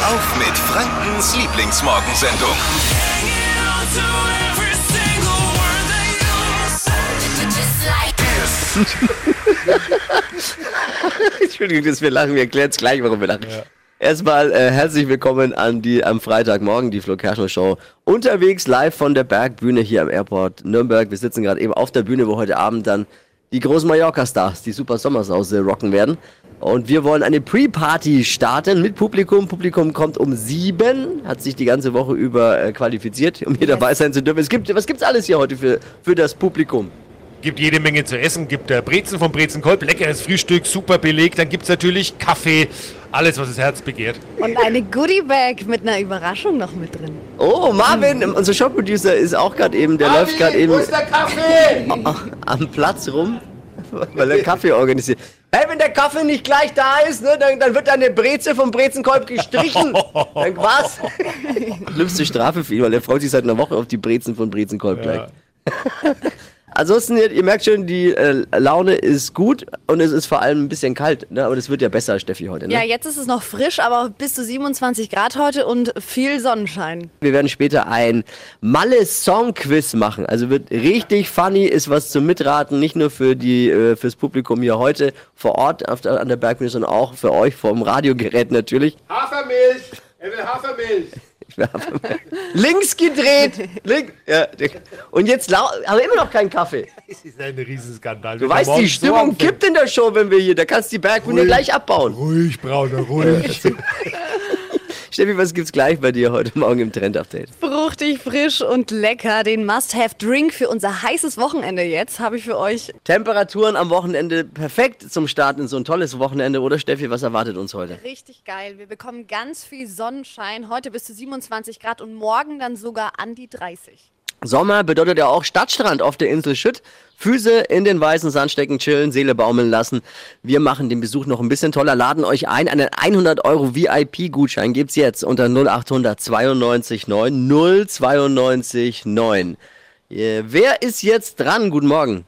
auf mit Frankens Lieblingsmorgensendung. Entschuldigung, dass wir lachen, wir erklären es gleich, warum wir lachen. Ja. Erstmal herzlich willkommen am Freitagmorgen, die Flo Kerschner Show. Unterwegs live von der Bergbühne hier am Airport Nürnberg. Wir sitzen gerade eben auf der Bühne, wo heute Abend dann die großen Mallorca-Stars, die Super Sommersause rocken werden. Und wir wollen eine Pre-Party starten mit Publikum. Publikum kommt um 7, hat sich die ganze Woche über qualifiziert, um hier dabei sein zu dürfen. Was gibt's alles hier heute für das Publikum? Gibt jede Menge zu essen, gibt Brezen vom Brezenkolb, leckeres Frühstück, super belegt, dann gibt es natürlich Kaffee, alles was das Herz begehrt. Und eine Goodie-Bag mit einer Überraschung noch mit drin. Oh, Marvin, unser Shop-Producer ist auch gerade eben, der läuft gerade eben... Wo ist der Kaffee? Am Platz rum, weil er Kaffee organisiert. Hey, wenn der Kaffee nicht gleich da ist, ne, dann wird deine Breze vom Brezenkolb gestrichen. Dann was? Schlimmste Strafe für ihn, weil er freut sich seit einer Woche auf die Brezen von Brezenkolb gleich. Ansonsten, ihr merkt schon, die Laune ist gut und es ist vor allem ein bisschen kalt, ne? Aber das wird ja besser, Steffi, heute, ne? Ja, jetzt ist es noch frisch, aber bis zu 27 Grad heute und viel Sonnenschein. Wir werden später ein Malle-Song-Quiz machen. Also wird richtig funny, ist was zum Mitraten, nicht nur fürs Publikum hier heute vor Ort an der Bergbühne, sondern auch für euch vom Radiogerät natürlich. Hafermilch! Er will Hafermilch! Links gedreht! Ja. Und jetzt haben wir immer noch keinen Kaffee. Das ist ein Riesenskandal. Du weißt, die Stimmung kippt in der Show, wenn wir hier, da kannst du die Bergbühne gleich abbauen. Ruhig, Brauner, ruhig. Steffi, was gibt's gleich bei dir heute Morgen im Trend-Update? Fruchtig, frisch und lecker. Den Must-Have-Drink für unser heißes Wochenende jetzt habe ich für euch. Temperaturen am Wochenende perfekt zum Start in so ein tolles Wochenende. Oder Steffi, was erwartet uns heute? Richtig geil. Wir bekommen ganz viel Sonnenschein. Heute bis zu 27 Grad und morgen dann sogar an die 30. Sommer bedeutet ja auch Stadtstrand auf der Insel Schütt. Füße in den weißen Sand stecken, chillen, Seele baumeln lassen. Wir machen den Besuch noch ein bisschen toller, laden euch ein. Einen 100 € VIP-Gutschein gibt's jetzt unter 0800 92 9 092 9. Wer ist jetzt dran? Guten Morgen.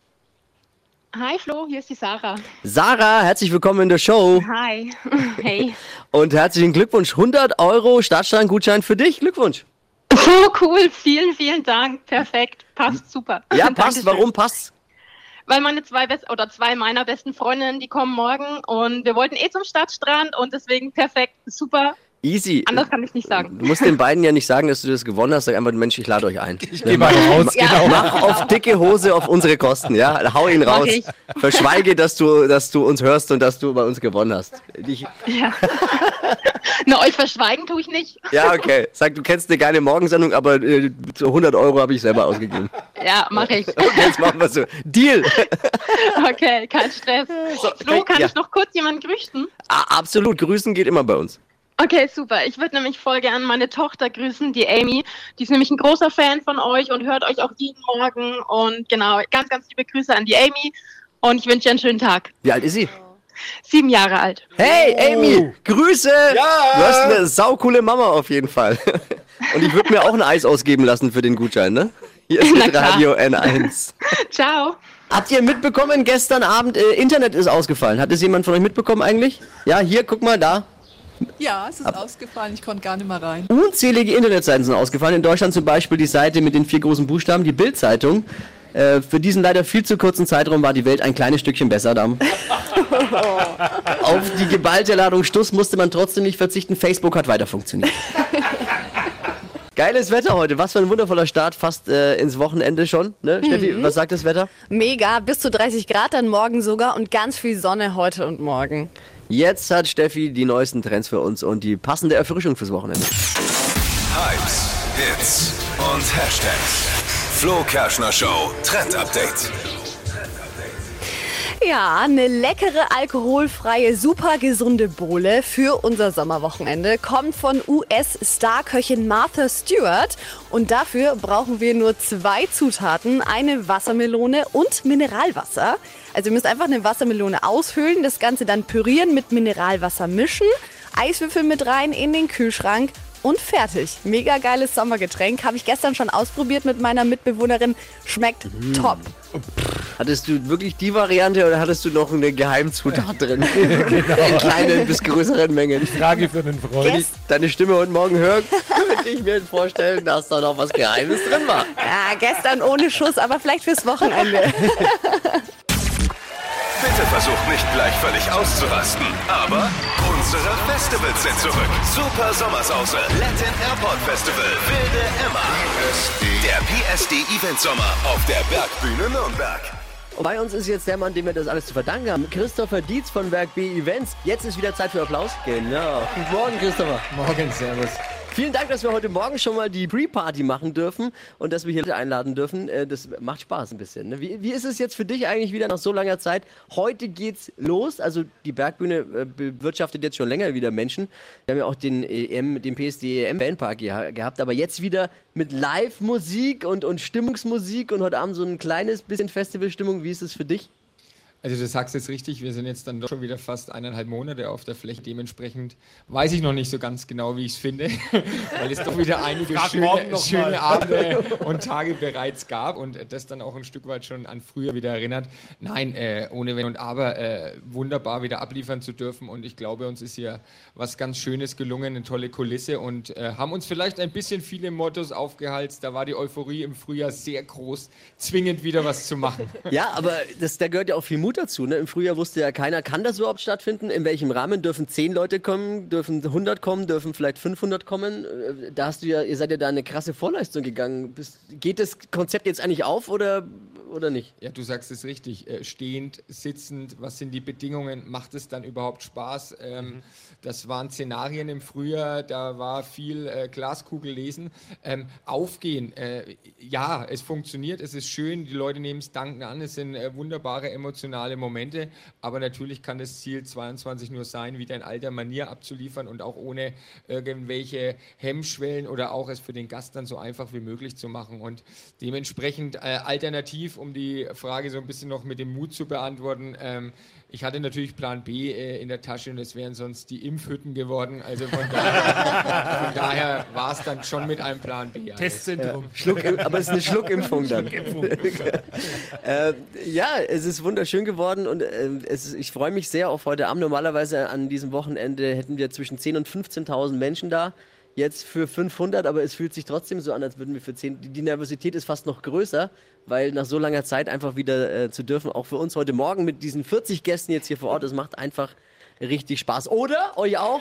Hi Flo, hier ist die Sarah. Sarah, herzlich willkommen in der Show. Hi. Hey. Und herzlichen Glückwunsch. 100 € Stadtstrand-Gutschein für dich. Glückwunsch. Oh, cool. Vielen, vielen Dank. Perfekt. Passt super. Ja, passt. Warum passt's? Weil meine zwei meiner besten Freundinnen, die kommen morgen und wir wollten zum Stadtstrand und deswegen perfekt. Super. Easy. Anders kann ich nicht sagen. Du musst den beiden ja nicht sagen, dass du das gewonnen hast. Sag einfach, Mensch, ich lade euch ein. Ich gehe mal raus, Ja. genau. Mach auf dicke Hose auf unsere Kosten, ja? Hau ihn raus. ich. Verschweige, dass du uns hörst und dass du bei uns gewonnen hast. Ja. Na, euch verschweigen tue ich nicht. Ja, okay. Sag, du kennst eine geile Morgensendung, aber 100 € habe ich selber ausgegeben. Ja, mache ich. Okay, jetzt machen wir so. Deal. Okay, kein Stress. Flo, kann ich noch kurz jemanden grüßen? Absolut. Grüßen geht immer bei uns. Okay, super. Ich würde nämlich voll gern meine Tochter grüßen, die Amy. Die ist nämlich ein großer Fan von euch und hört euch auch jeden Morgen. Und genau, ganz, ganz liebe Grüße an die Amy. Und ich wünsche ihr einen schönen Tag. Wie alt ist sie? 7 Jahre alt. Hey, Amy, Grüße! Ja! Du hast eine saukoole Mama auf jeden Fall. Und ich würde mir auch ein Eis ausgeben lassen für den Gutschein, ne? Hier ist Na mit klar. Radio N1. Ciao. Habt ihr mitbekommen, gestern Abend, Internet ist ausgefallen. Hat es jemand von euch mitbekommen eigentlich? Ja, hier, guck mal, da. Ja, es ist ausgefallen, ich konnte gar nicht mehr rein. Unzählige Internetseiten sind ausgefallen. In Deutschland zum Beispiel die Seite mit den 4 großen Buchstaben, die Bild-Zeitung. Für diesen leider viel zu kurzen Zeitraum war die Welt ein kleines Stückchen besser. Auf die geballte Ladung Stuss musste man trotzdem nicht verzichten. Facebook hat weiter funktioniert. Geiles Wetter heute. Was für ein wundervoller Start. Fast ins Wochenende schon. Ne? Steffi, was sagt das Wetter? Mega, bis zu 30 Grad dann morgen sogar und ganz viel Sonne heute und morgen. Jetzt hat Steffi die neuesten Trends für uns und die passende Erfrischung fürs Wochenende. Hypes, Hits und Hashtags. Flo Kerschner Show Trend Update. Ja, eine leckere, alkoholfreie, super gesunde Bowle für unser Sommerwochenende kommt von US-Starköchin Martha Stewart. Und dafür brauchen wir nur 2 Zutaten, eine Wassermelone und Mineralwasser. Also ihr müsst einfach eine Wassermelone aushöhlen, das Ganze dann pürieren, mit Mineralwasser mischen, Eiswürfel mit rein in den Kühlschrank und fertig. Mega geiles Sommergetränk. Habe ich gestern schon ausprobiert mit meiner Mitbewohnerin. Schmeckt top. Hattest du wirklich die Variante oder hattest du noch eine Geheimzutat drin? In kleinen bis größeren Mengen. Frage für einen Freund. Wenn ich deine Stimme heute Morgen höre, könnte ich mir vorstellen, dass da noch was Geheimes drin war. Ja, gestern ohne Schuss, aber vielleicht fürs Wochenende. Bitte versucht nicht gleich völlig auszurasten. Aber unsere Festivals sind zurück. Super Sommersause, Latin Airport Festival, Wilde Emma. Der PSD Event Sommer auf der Bergbühne Nürnberg. Und bei uns ist jetzt der Mann, dem wir das alles zu verdanken haben. Christopher Dietz von Werk B Events. Jetzt ist wieder Zeit für Applaus. Genau. Guten Morgen, Christopher. Morgen, servus. Vielen Dank, dass wir heute Morgen schon mal die Pre-Party machen dürfen und dass wir hier einladen dürfen. Das macht Spaß ein bisschen. Ne? Wie ist es jetzt für dich eigentlich wieder nach so langer Zeit? Heute geht's los. Also die Bergbühne bewirtschaftet jetzt schon länger wieder Menschen. Wir haben ja auch den PSD EM Fanpark gehabt, aber jetzt wieder mit Live-Musik und Stimmungsmusik und heute Abend so ein kleines bisschen Festivalstimmung. Wie ist es für dich? Also du sagst jetzt richtig, wir sind jetzt dann doch schon wieder fast 1,5 Monate auf der Fläche. Dementsprechend weiß ich noch nicht so ganz genau, wie ich es finde, weil es doch wieder einige schöne Abende und Tage bereits gab und das dann auch ein Stück weit schon an früher wieder erinnert. Nein, ohne Wenn und Aber, wunderbar wieder abliefern zu dürfen und ich glaube, uns ist hier was ganz Schönes gelungen, eine tolle Kulisse und haben uns vielleicht ein bisschen viele Mottos aufgehalst. Da war die Euphorie im Frühjahr sehr groß, zwingend wieder was zu machen. Ja, aber da gehört ja auch viel Mut dazu. Ne? Im Frühjahr wusste ja keiner, kann das überhaupt stattfinden? In welchem Rahmen? Dürfen 10 Leute kommen? Dürfen 100 kommen? Dürfen vielleicht 500 kommen? Da hast du ja, ihr seid ja da eine krasse Vorleistung gegangen. Geht das Konzept jetzt eigentlich auf oder nicht? Ja, du sagst es richtig. Stehend, sitzend, was sind die Bedingungen? Macht es dann überhaupt Spaß? Das waren Szenarien im Frühjahr, da war viel Glaskugel lesen. Aufgehen, ja, es funktioniert, es ist schön, die Leute nehmen es dankend an, es sind wunderbare emotionale Momente, aber natürlich kann das Ziel 22 nur sein, wieder in alter Manier abzuliefern und auch ohne irgendwelche Hemmschwellen oder auch es für den Gast dann so einfach wie möglich zu machen und dementsprechend alternativ, um die Frage so ein bisschen noch mit dem Mut zu beantworten, ich hatte natürlich Plan B in der Tasche und es wären sonst die Impfhütten geworden. Also von daher war es dann schon mit einem Plan B. Testzentrum. Aber es ist eine Schluckimpfung dann. Ja, es ist wunderschön geworden und ich freue mich sehr auf heute Abend. Normalerweise an diesem Wochenende hätten wir zwischen 10.000 und 15.000 Menschen da. Jetzt für 500, aber es fühlt sich trotzdem so an, als würden wir für 10. Die Nervosität ist fast noch größer, weil nach so langer Zeit einfach wieder zu dürfen, auch für uns heute Morgen mit diesen 40 Gästen jetzt hier vor Ort, das macht einfach richtig Spaß. Oder? Euch auch?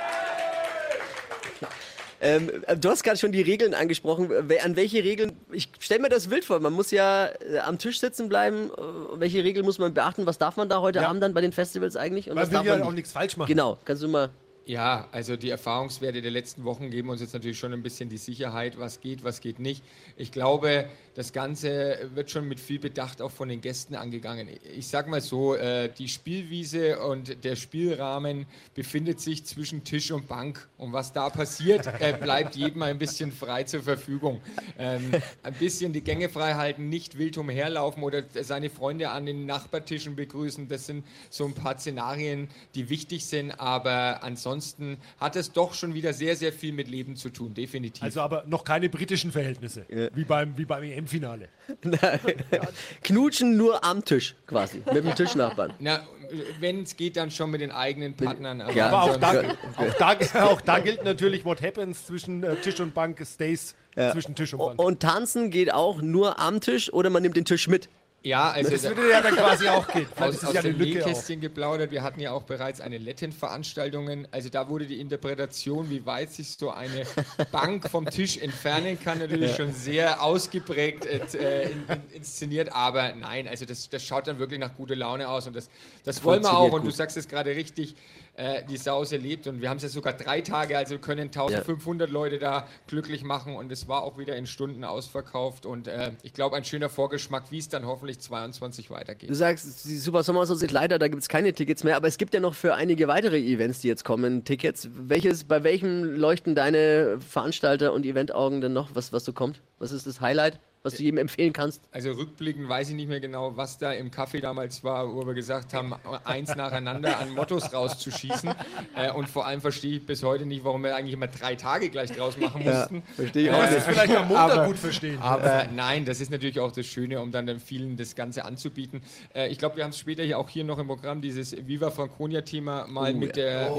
Du hast gerade schon die Regeln angesprochen. An welche Regeln? Ich stelle mir das wild vor. Man muss ja am Tisch sitzen bleiben. Welche Regeln muss man beachten? Was darf man da heute Abend dann bei den Festivals eigentlich? Und man was will darf ja man auch nichts falsch machen. Genau, kannst du mal... Ja, also die Erfahrungswerte der letzten Wochen geben uns jetzt natürlich schon ein bisschen die Sicherheit, was geht nicht. Ich glaube, das Ganze wird schon mit viel Bedacht auch von den Gästen angegangen. Ich sag mal so, die Spielwiese und der Spielrahmen befindet sich zwischen Tisch und Bank. Und was da passiert, bleibt jedem ein bisschen frei zur Verfügung. Ein bisschen die Gänge frei halten, nicht wild umherlaufen oder seine Freunde an den Nachbartischen begrüßen. Das sind so ein paar Szenarien, die wichtig sind, aber ansonsten hat es doch schon wieder sehr, sehr viel mit Leben zu tun, definitiv. Also aber noch keine britischen Verhältnisse, wie beim EM-Finale. Knutschen nur am Tisch quasi, mit dem Tischnachbarn. Na, wenn es geht, dann schon mit den eigenen Partnern. Ja, Aber auch da gilt natürlich, what happens zwischen Tisch und Bank stays zwischen Tisch und Bank. Und tanzen geht auch nur am Tisch oder man nimmt den Tisch mit. Ja, also das würde ja dann quasi auch gehen. Aus dem Nähkästchen geplaudert. Wir hatten ja auch bereits eine Latin-Veranstaltungen. Also da wurde die Interpretation, wie weit sich so eine Bank vom Tisch entfernen kann, natürlich schon sehr ausgeprägt inszeniert. Aber nein, also das schaut dann wirklich nach guter Laune aus und das wollen wir auch. Und du sagst es gerade richtig, die Sause lebt und wir haben es ja sogar 3 Tage, also können 1500 Leute da glücklich machen und es war auch wieder in Stunden ausverkauft und ich glaube ein schöner Vorgeschmack, wie es dann hoffentlich 22 weitergeht. Du sagst, die Super Sommershow sind leider, da gibt es keine Tickets mehr, aber es gibt ja noch für einige weitere Events, die jetzt kommen, Tickets. Bei welchem leuchten deine Veranstalter und Eventaugen denn noch, was so kommt? Was ist das Highlight? was du jedem empfehlen kannst? Also rückblickend weiß ich nicht mehr genau, was da im Kaffee damals war, wo wir gesagt haben, 1 nacheinander an Mottos rauszuschießen. Und vor allem verstehe ich bis heute nicht, warum wir eigentlich immer 3 Tage gleich draus machen mussten. Verstehe ich auch Das nicht. ist vielleicht am Montag gut verstehen. Aber nein, das ist natürlich auch das Schöne, um dann den vielen das Ganze anzubieten. Ich glaube, wir haben es später hier auch hier noch im Programm, dieses Viva Franconia-Thema mal mit der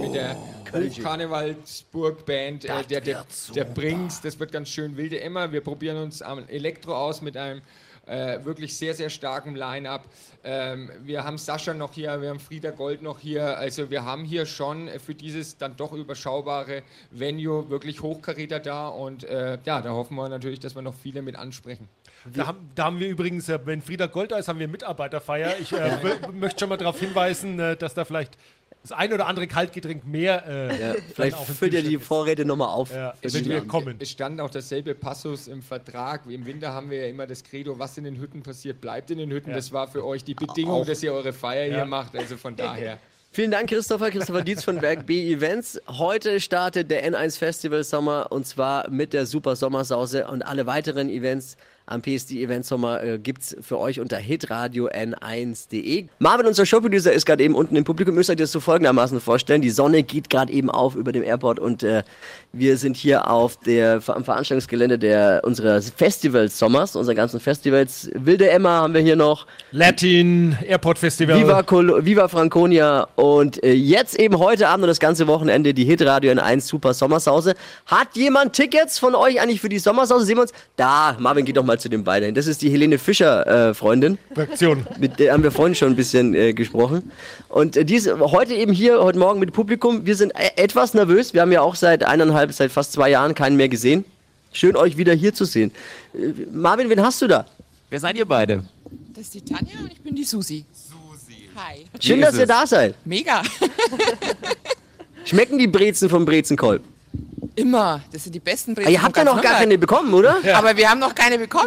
Hochkarnevalsburg-Band, der Brings, das wird ganz schön. Wilde Emma, wir probieren uns am Elektro aus mit einem wirklich sehr, sehr starken Line-Up. Wir haben Sascha noch hier, wir haben Frieda Gold noch hier. Also wir haben hier schon für dieses dann doch überschaubare Venue wirklich Hochkaräter da. Und da hoffen wir natürlich, dass wir noch viele mit ansprechen. Da haben wir übrigens, wenn Frieda Gold da ist, haben wir Mitarbeiterfeier. Ich möchte schon mal darauf hinweisen, dass da vielleicht das ein oder andere Kaltgetränk mehr vielleicht füllt ihr die Vorräte nochmal auf. Ja, wenn wenn die wir Abend- kommen. Es stand auch dasselbe Passus im Vertrag. Im Winter haben wir ja immer das Credo, was in den Hütten passiert, bleibt in den Hütten. Ja. Das war für euch die Bedingung, dass ihr eure Feier hier macht. Also von daher. Vielen Dank, Christopher Dietz von Berg B Events. Heute startet der N1 Festival Sommer und zwar mit der Super Sommersause und alle weiteren Events am PSD Event Sommer gibt's für euch unter hitradio n1.de. Marvin, unser Showproducer, ist gerade eben unten im Publikum. Ihr müsst euch das so folgendermaßen vorstellen. Die Sonne geht gerade eben auf über dem Airport und wir sind hier am Veranstaltungsgelände unserer Festivals Sommers, unserer ganzen Festivals. Wilde Emma haben wir hier noch. Latin, Airport Festival. Viva Franconia und jetzt eben heute Abend und das ganze Wochenende die Hitradio N1 Super Sommersause. Hat jemand Tickets von euch eigentlich für die Sommersause? Sehen wir uns? Da, Marvin, geht doch mal zu den beiden hin. Das ist die Helene Fischer, Freundin. Fraktion. Mit der haben wir vorhin schon ein bisschen gesprochen. Und die ist heute eben hier, heute Morgen mit Publikum. Wir sind etwas nervös. Wir haben ja auch seit fast 2 Jahren keinen mehr gesehen. Schön, euch wieder hier zu sehen. Marvin, wen hast du da? Wer seid ihr beide? Das ist die Tanja und ich bin die Susi. Hi. Schön, dass ihr da seid. Mega. Schmecken die Brezen vom Brezenkolb? Immer. Das sind die besten Brezen. Ihr habt ja noch gar keine bekommen, oder? Aber wir haben noch keine bekommen.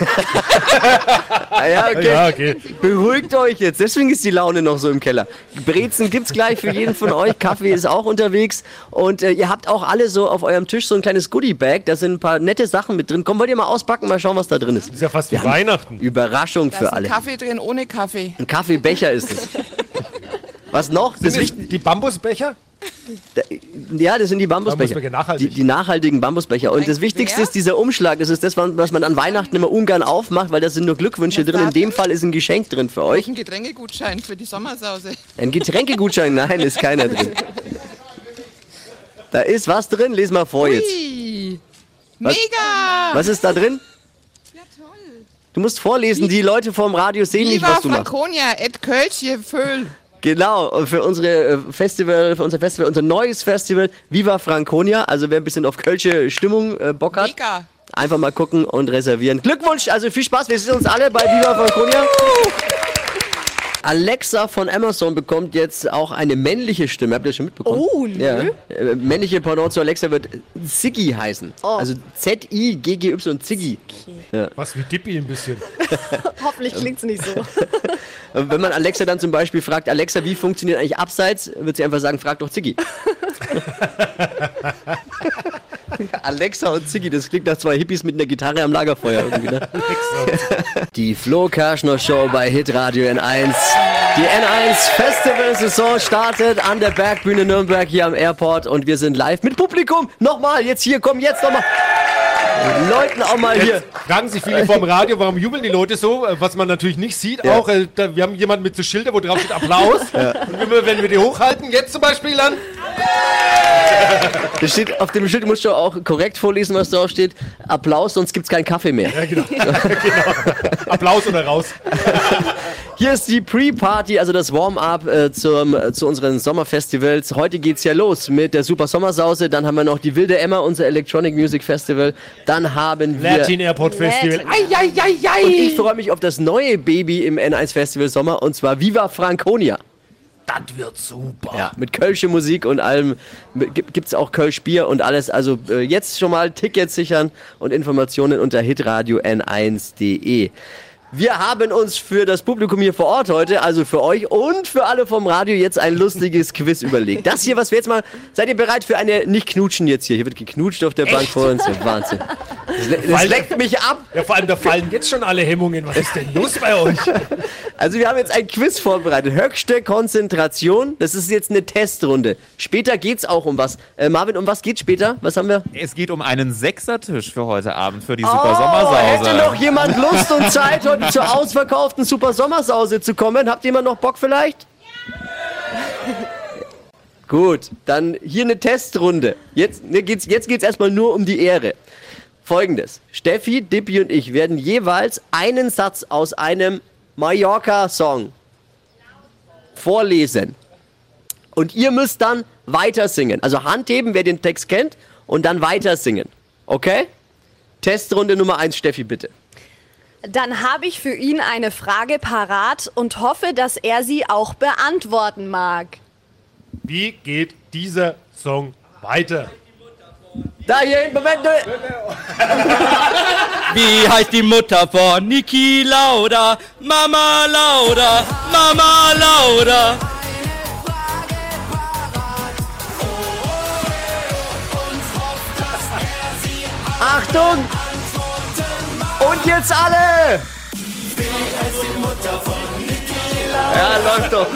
Ja, okay. Ja, okay. Beruhigt euch jetzt, deswegen ist die Laune noch so im Keller. Brezen gibt's gleich für jeden von euch, Kaffee ist auch unterwegs und ihr habt auch alle so auf eurem Tisch so ein kleines Goodie-Bag, da sind ein paar nette Sachen mit drin. Komm, wollt ihr mal auspacken, mal schauen, was da drin ist. Ist ja fast wie Weihnachten. Überraschung Da für ist ein alle. Kaffee drin ohne Kaffee. Ein Kaffeebecher ist es. Was noch? Das Die Bambusbecher? Ja, das sind die Bambusbecher. Bambusbecher, nachhaltig. Die nachhaltigen Bambusbecher. Und das Wichtigste ist dieser Umschlag. Das ist das, was man an Weihnachten immer ungern aufmacht, weil da sind nur Glückwünsche drin. In dem Fall ist ein Geschenk drin für euch. Ein Getränkegutschein für die Sommersause. Ein Getränkegutschein? Nein, ist keiner drin. Da ist was drin. Lies mal vor jetzt. Ui. Was? Mega! Was ist da drin? Ja, toll. Du musst vorlesen. Die Leute vorm Radio sehen nicht, Viva was du machst. Franconia, et Kölschje Föhl. Genau, und für unser Festival, unser neues Festival, Viva Franconia. Also wer ein bisschen auf Kölsche Stimmung Bock hat, Mega. einfach mal gucken und reservieren. Glückwunsch, also viel Spaß, wir sehen uns alle bei Viva Franconia. Alexa von Amazon bekommt jetzt auch eine männliche Stimme. Habt ihr das schon mitbekommen? Oh, nö. Ja. Männliche Pendant zu Alexa wird Ziggy heißen. Oh. Also Z-I-G-G-Y, Ziggy. Was wie Dippy ein bisschen. Hoffentlich klingt's nicht so. Und wenn man Alexa dann zum Beispiel fragt, Alexa, wie funktioniert eigentlich Abseits, wird sie einfach sagen, frag doch Ziggy. Alexa und Ziggy, das klingt nach 2 Hippies mit einer Gitarre am Lagerfeuer irgendwie, ne? Die Flo Kerschner Show bei Hitradio N1. Die N1 Festival-Saison startet an der Bergbühne Nürnberg hier am Airport und wir sind live mit Publikum. Nochmal, jetzt hier, komm, jetzt nochmal. Leuten auch mal hier. Jetzt fragen sich viele vorm Radio, warum jubeln die Leute so, was man natürlich nicht sieht. Ja. Auch, wir haben jemanden mit so Schilder, wo drauf steht Applaus. Und wenn wir die hochhalten, jetzt zum Beispiel dann. Das steht auf dem Schild, musst du auch korrekt vorlesen, was drauf steht. Applaus, sonst gibt's keinen Kaffee mehr. Ja, genau. Genau. Applaus oder raus. Hier ist die Pre-Party, also das Warm-up zu unseren Sommerfestivals. Heute geht's ja los mit der Super Sommersause. Dann haben wir noch die Wilde Emma, unser Electronic Music Festival. Dann haben wir... Latin Airport Festival. Und ich freue mich auf das neue Baby im N1 Festival Sommer, und zwar Viva Franconia. Das wird super. Ja, mit Kölsche Musik und allem. Gibt's auch Kölsch Bier und alles. Also jetzt schon mal Tickets sichern und Informationen unter hitradio n1.de. Wir haben uns für das Publikum hier vor Ort heute, also für euch und für alle vom Radio, jetzt ein lustiges Quiz überlegt. Das hier, was wir jetzt mal... Seid ihr bereit für eine... Nicht knutschen jetzt hier. Hier wird geknutscht auf der Bank vor uns. Wahnsinn. Das leckt mich ab. Ja, vor allem, da fallen jetzt schon alle Hemmungen. Was ist denn los bei euch? Also wir haben jetzt ein Quiz vorbereitet. Höchste Konzentration. Das ist jetzt eine Testrunde. Später geht's auch um was. Marvin, um was geht's später? Was haben wir? Es geht um einen Sechsertisch für heute Abend, für die Super Sommersause. Hätte noch jemand Lust und Zeit, heute zur ausverkauften Super Sommersause zu kommen? Habt ihr immer noch Bock vielleicht? Gut, dann hier eine Testrunde. Jetzt geht's erstmal nur um die Ehre. Folgendes. Steffi, Dippi und ich werden jeweils einen Satz aus einem Mallorca-Song vorlesen. Und ihr müsst dann weiter singen. Also Handheben, wer den Text kennt, und dann weiter singen. Okay? Testrunde Nummer 1, Steffi, bitte. Dann habe ich für ihn eine Frage parat und hoffe, dass er sie auch beantworten mag. Wie geht dieser Song weiter? Da hier, Moment. Wie heißt die Mutter von Niki Lauda? Mama Lauda, Mama Lauda. Achtung! Und jetzt alle! Ja, läuft doch.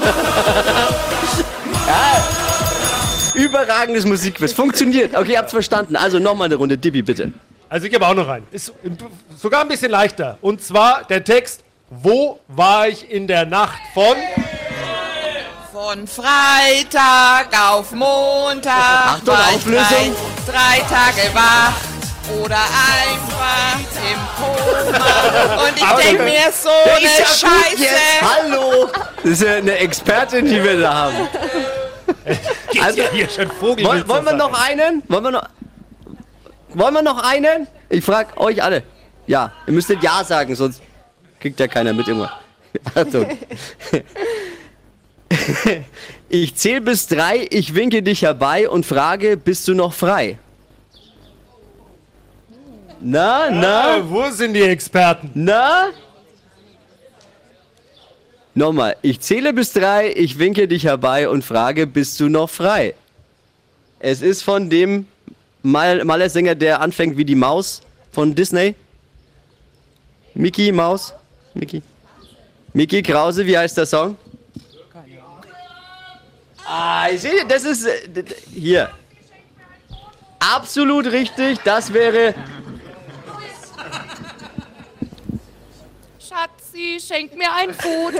Ja. Überragendes Musikquiz. Funktioniert. Okay, ihr habt's verstanden. Also nochmal eine Runde. Dippi, bitte. Also ich gebe auch noch einen. Ist sogar ein bisschen leichter. Und zwar der Text: Wo war ich in der Nacht von... Von Freitag auf Montag Achtung, war ich Auflösung. 3 Tage wach oder einfach im Koma. Und ich denke mir so Der eine ist ja gut Scheiße. jetzt. Hallo! Das ist ja eine Expertin, die wir da haben. Also, ja hier schon Vogel. wollen wir noch einen? Wollen wir noch einen? Ich frage euch alle. Ja, ihr müsstet Ja sagen, sonst kriegt ja keiner mit irgendwann. Achtung. Ich zähle bis 3, ich winke dich herbei und frage, bist du noch frei? Na? Wo sind die Experten? Na? Nochmal, ich zähle bis 3, ich winke dich herbei und frage, bist du noch frei? Es ist von dem Malersänger, der anfängt wie die Maus von Disney. Mickey Maus? Mickey Krause, wie heißt der Song? Ich sehe, das ist hier. Absolut richtig, das wäre... Schatzi, schenk mir ein Foto.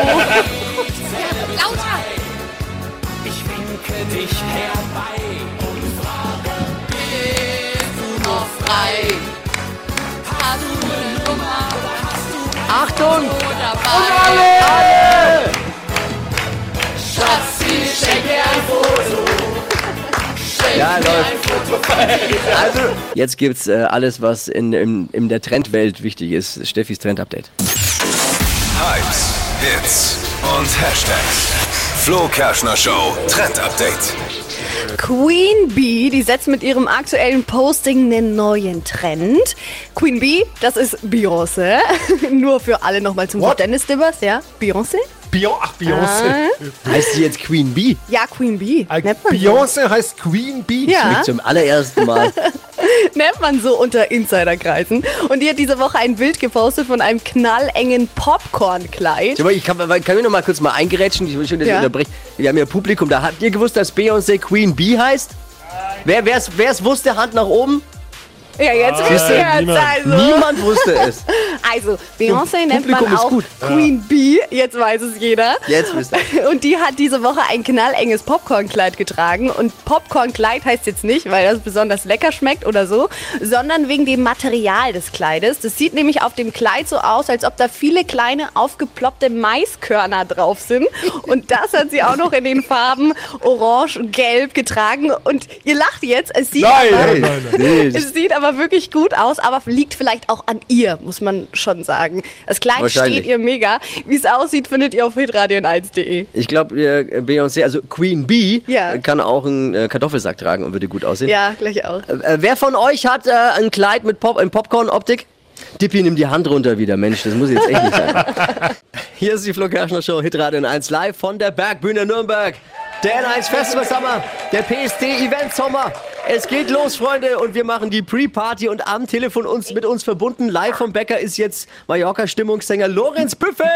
Lauter. Ich winke dich herbei und frage, Bist du noch frei? Hast du eine Nummer? Hast du Achtung! dabei? Alle! Schatzi, schenk mir ein Foto. Ja, läuft. Also, jetzt gibt's alles, was in der Trendwelt wichtig ist. Steffis Trend-Update. Hypes, Hits und Hashtags. Flo Kerschner Show Trend Update. Queen Bee, die setzt mit ihrem aktuellen Posting einen neuen Trend. Queen Bee, das ist Beyoncé. Nur für alle nochmal zum Verständnis, Dibbers, ja? Beyoncé? Beyoncé. Heißt sie jetzt Queen Bee? Ja, Queen Bee. Nennt man so. Beyoncé heißt Queen Bee. Ja. Zum allerersten Mal. Nennt man so unter Insiderkreisen. Und die hat diese Woche ein Bild gepostet von einem knallengen Popcorn-Kleid. Kann ich noch mal kurz eingerätschen? Ich will schon das Ja. unterbrechen. Wir haben ja Publikum. Da habt ihr gewusst, dass Beyoncé Queen Bee heißt? Wer's wusste, Hand nach oben? Ja, jetzt wisst ihr jetzt also. Niemand wusste es. Also, Beyoncé nennt Publikum man ist auch gut. Queen Bee, jetzt weiß es jeder. Jetzt wisst ihr. Und die hat diese Woche ein knallenges Popcornkleid getragen. Und Popcornkleid heißt jetzt nicht, weil das besonders lecker schmeckt oder so, sondern wegen dem Material des Kleides. Das sieht nämlich auf dem Kleid so aus, als ob da viele kleine aufgeploppte Maiskörner drauf sind. Und das hat sie auch noch in den Farben Orange und Gelb getragen. Und ihr lacht jetzt, es sieht es sieht aber wirklich gut aus, aber liegt vielleicht auch an ihr, muss man schon sagen. Das Kleid steht ihr mega. Wie es aussieht, findet ihr auf hitradio1.de. Ich glaube, Beyoncé, also Queen Bee, kann auch einen Kartoffelsack tragen und würde gut aussehen. Ja, gleich auch. Wer von euch hat ein Kleid mit Popcorn-Optik? Dippi, nimm die Hand runter wieder. Mensch, das muss jetzt echt nicht sein. Hier ist die Flo Kerschner Show, Hitradio N1 live von der Bergbühne Nürnberg. Der N1 Festival Sommer, der PSD Event Sommer. Es geht los, Freunde, und wir machen die Pre-Party und am Telefon mit uns verbunden. Live vom Bäcker ist jetzt Mallorca-Stimmungssänger Lorenz Büffel.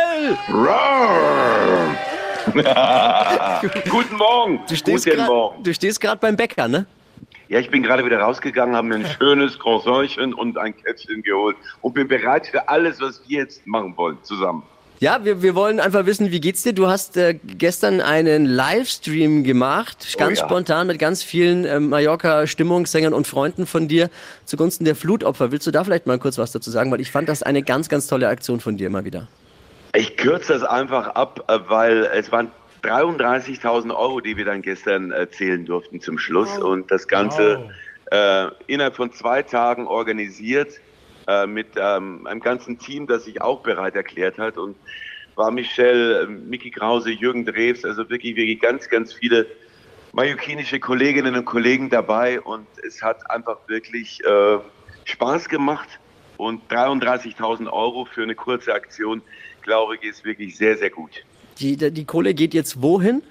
Guten Morgen. Du stehst gerade beim Bäcker, ne? Ja, ich bin gerade wieder rausgegangen, habe mir ein schönes Croissantchen und ein Käffchen geholt und bin bereit für alles, was wir jetzt machen wollen, zusammen. Ja, wir wollen einfach wissen, wie geht's dir? Du hast gestern einen Livestream gemacht, ganz spontan mit ganz vielen Mallorca-Stimmungssängern und Freunden von dir zugunsten der Flutopfer. Willst du da vielleicht mal kurz was dazu sagen? Weil ich fand das eine ganz, ganz tolle Aktion von dir immer wieder. Ich kürze das einfach ab, weil es waren 33.000 Euro, die wir dann gestern zählen durften zum Schluss. Wow. Und das Ganze innerhalb von 2 Tagen organisiert mit einem ganzen Team, das sich auch bereit erklärt hat. Und war Michelle, Micky Krause, Jürgen Drews, also wirklich ganz, ganz viele mallorquinische Kolleginnen und Kollegen dabei. Und es hat einfach wirklich Spaß gemacht. Und 33.000 Euro für eine kurze Aktion, glaube ich, ist wirklich sehr, sehr gut. Die Kohle geht jetzt wohin?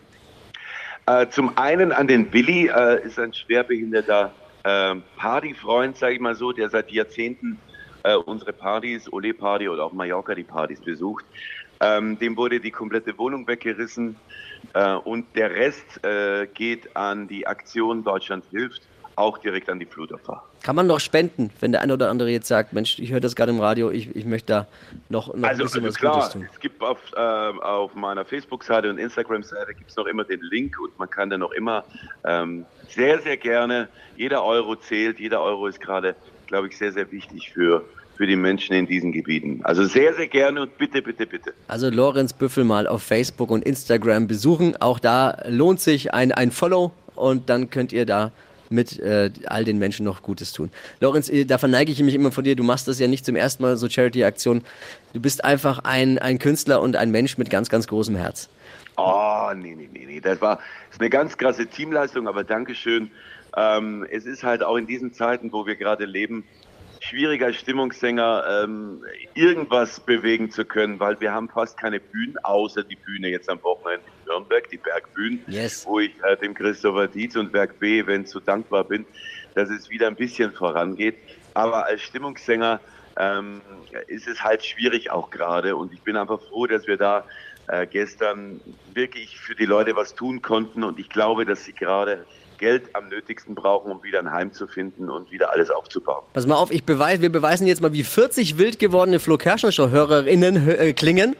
Zum einen an den Willi, ist ein schwerbehinderter Partyfreund, sage ich mal so, der seit Jahrzehnten unsere Partys, Ole Party oder auch Mallorca die Partys besucht. Dem wurde die komplette Wohnung weggerissen und der Rest geht an die Aktion Deutschland hilft, auch direkt an die Flutopfer. Kann man noch spenden, wenn der eine oder andere jetzt sagt, Mensch, ich höre das gerade im Radio, ich möchte da noch ein bisschen was Gutes tun. Es gibt auf meiner Facebook-Seite und Instagram-Seite gibt es noch immer den Link und man kann dann noch immer sehr, sehr gerne, jeder Euro zählt, jeder Euro ist gerade, glaube ich, sehr, sehr wichtig für die Menschen in diesen Gebieten. Also sehr, sehr gerne und bitte, bitte, bitte. Also Lorenz Büffel mal auf Facebook und Instagram besuchen. Auch da lohnt sich ein Follow und dann könnt ihr da mit all den Menschen noch Gutes tun. Lorenz, da verneige ich mich immer von dir. Du machst das ja nicht zum ersten Mal, so Charity-Aktion. Du bist einfach ein Künstler und ein Mensch mit ganz, ganz großem Herz. Oh, nee. Das ist eine ganz krasse Teamleistung, aber Dankeschön. Es ist halt auch in diesen Zeiten, wo wir gerade leben, schwierig als Stimmungssänger irgendwas bewegen zu können, weil wir haben fast keine Bühnen, außer die Bühne jetzt am Wochenende in Nürnberg, die Bergbühnen, wo ich dem Christopher Dietz und Berg B, wenn so dankbar bin, dass es wieder ein bisschen vorangeht. Aber als Stimmungssänger ist es halt schwierig auch gerade und ich bin einfach froh, dass wir da gestern wirklich für die Leute was tun konnten und ich glaube, dass sie gerade Geld am nötigsten brauchen, um wieder ein Heim zu finden und wieder alles aufzubauen. Pass mal auf, wir beweisen jetzt mal, wie 40 wild gewordene Flo Kerschner Show HörerInnen klingen.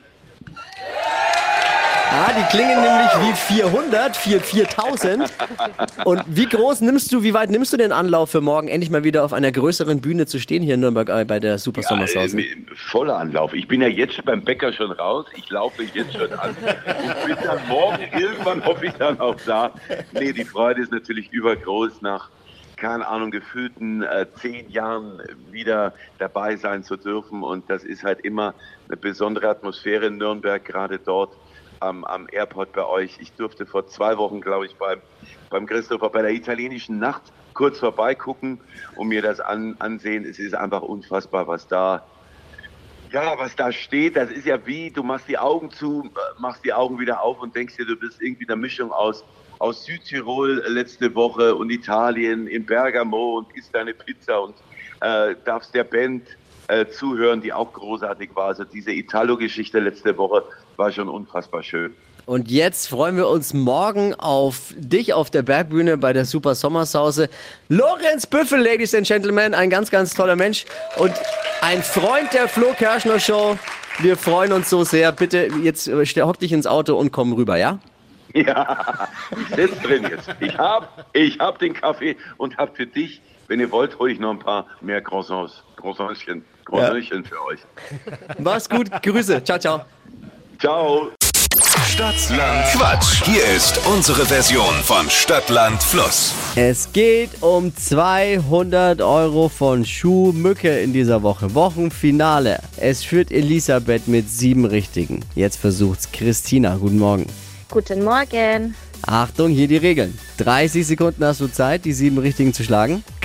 Ja, die klingen nämlich wie 4.000. Und wie weit nimmst du den Anlauf für morgen, endlich mal wieder auf einer größeren Bühne zu stehen hier in Nürnberg bei der Super Sommersause? Voller Anlauf. Ich bin ja jetzt schon beim Bäcker schon raus. Ich laufe jetzt schon an. Und bin dann morgen irgendwann, hoffe ich, dann auch da. Nee, die Freude ist natürlich übergroß nach, keine Ahnung, gefühlten 10 Jahren wieder dabei sein zu dürfen. Und das ist halt immer eine besondere Atmosphäre in Nürnberg, gerade dort am Airport bei euch. Ich durfte vor 2 Wochen, glaube ich, beim Christopher bei der italienischen Nacht kurz vorbeigucken und mir das ansehen. Es ist einfach unfassbar, was da steht. Das ist ja wie, du machst die Augen zu, machst die Augen wieder auf und denkst dir, du bist irgendwie eine Mischung aus Südtirol letzte Woche und Italien in Bergamo und isst deine Pizza und darfst der Band zuhören, die auch großartig war. Also diese Italo-Geschichte letzte Woche war schon unfassbar schön. Und jetzt freuen wir uns morgen auf dich auf der Bergbühne bei der Super Sommersause. Lorenz Büffel, Ladies and Gentlemen, ein ganz, ganz toller Mensch und ein Freund der Flo Kerschner Show. Wir freuen uns so sehr. Bitte, jetzt hock dich ins Auto und komm rüber, ja? Ja, ich sitze drin jetzt. Ich hab den Kaffee und hab für dich, wenn ihr wollt, hole ich noch ein paar mehr Croissantchen für euch. Mach's gut, Grüße. Ciao, ciao. Ciao. Stadtland Quatsch. Hier ist unsere Version von Stadtland Fluss. Es geht um 200 Euro von Schuhmücke in dieser Woche. Wochenfinale. Es führt Elisabeth mit 7 Richtigen. Jetzt versucht's Christina. Guten Morgen. Guten Morgen. Achtung, hier die Regeln. 30 Sekunden hast du Zeit, die 7 Richtigen zu schlagen.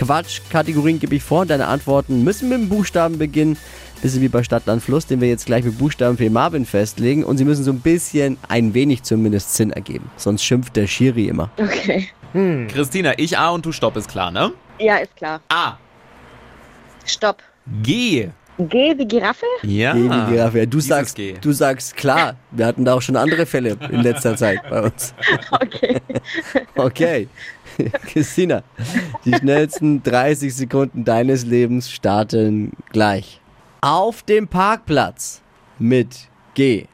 Quatsch-Kategorien gebe ich vor. Deine Antworten müssen mit dem Buchstaben beginnen. Bisschen wie bei Stadt, Land, Fluss, den wir jetzt gleich mit Buchstaben für Marvin festlegen. Und sie müssen so ein wenig zumindest Sinn ergeben. Sonst schimpft der Schiri immer. Okay. Christina, ich A und du Stopp, ist klar, ne? Ja, ist klar. A. Stopp. G. G wie Giraffe? Ja. G wie Giraffe. Ja, G. Du sagst klar. Wir hatten da auch schon andere Fälle in letzter Zeit bei uns. Okay. Okay. Christina, die schnellsten 30 Sekunden deines Lebens starten gleich. Auf dem Parkplatz mit G.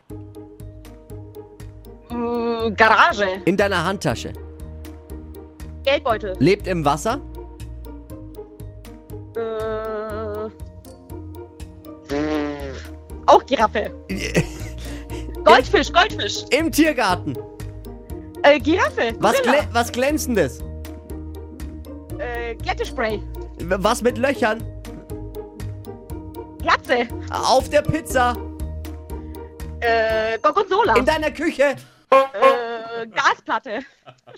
Garage. In deiner Handtasche. Geldbeutel. Lebt im Wasser. Auch Giraffe. Goldfisch. Im Tiergarten. Giraffe. Was Glänzendes. Glättespray. Was mit Löchern. Glatze. Auf der Pizza. Gorgonzola. In deiner Küche. Gasplatte.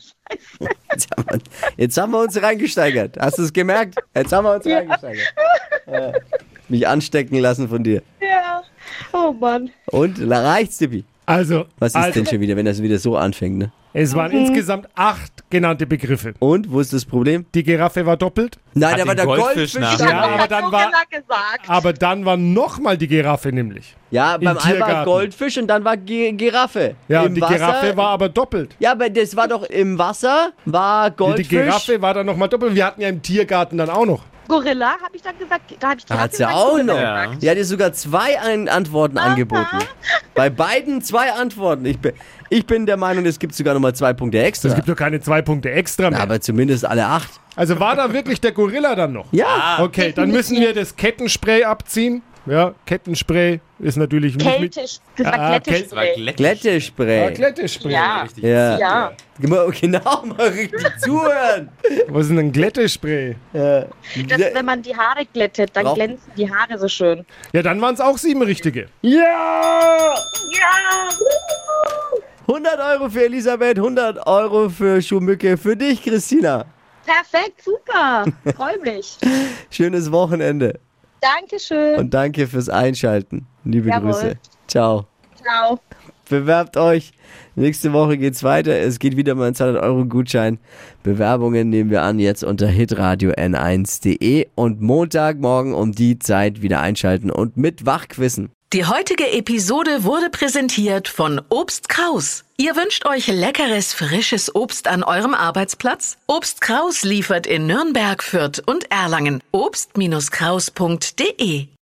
Jetzt haben wir uns reingesteigert. Hast du es gemerkt? Jetzt haben wir uns reingesteigert. Mich anstecken lassen von dir. Ja. Oh Mann. Und reicht's, Tippi? Also. Was ist denn schon wieder, wenn das wieder so anfängt, ne? Es waren insgesamt 8 genannte Begriffe. Und, wo ist das Problem? Die Giraffe war doppelt. Nein, da war der Goldfisch. Ja, aber dann war nochmal die Giraffe nämlich. Ja, beim einen war Goldfisch und dann war Giraffe. Ja, und die Giraffe war aber doppelt. Ja, aber das war doch im Wasser, war Goldfisch. Die Giraffe war dann nochmal doppelt. Wir hatten ja im Tiergarten dann auch noch. Gorilla, habe ich dann gesagt. Da habe ich da hat sie auch noch. Ja. Die hat dir sogar 2 Antworten angeboten. Bei beiden 2 Antworten. Ich bin der Meinung, es gibt sogar nochmal 2 Punkte extra. Es gibt doch keine 2 Punkte extra mehr. Aber zumindest alle 8. Also war da wirklich der Gorilla dann noch? Ja. Okay, dann müssen wir das Kettenspray abziehen. Ja, Kettenspray ist natürlich nicht mit... Das war Glättespray. Glättespray. Ja, Glättespray. Ja. Ja. Genau, mal richtig zuhören. Was ist denn ein Glättespray? Das, wenn man die Haare glättet, dann glänzen die Haare so schön. Ja, dann waren es auch 7 richtige. Ja! Ja! 100 Euro für Elisabeth, 100 Euro für Schuhmücke, für dich, Christina. Perfekt, super. Freue mich. Schönes Wochenende. Dankeschön. Und danke fürs Einschalten. Liebe Grüße. Ciao. Ciao. Bewerbt euch. Nächste Woche geht's weiter. Es geht wieder mal ein 200 Euro Gutschein. Bewerbungen nehmen wir an jetzt unter hitradio n1.de und Montagmorgen um die Zeit wieder einschalten und mit Wachquissen. Die heutige Episode wurde präsentiert von Obst Kraus. Ihr wünscht euch leckeres, frisches Obst an eurem Arbeitsplatz? Obst Kraus liefert in Nürnberg, Fürth und Erlangen. Obst-Kraus.de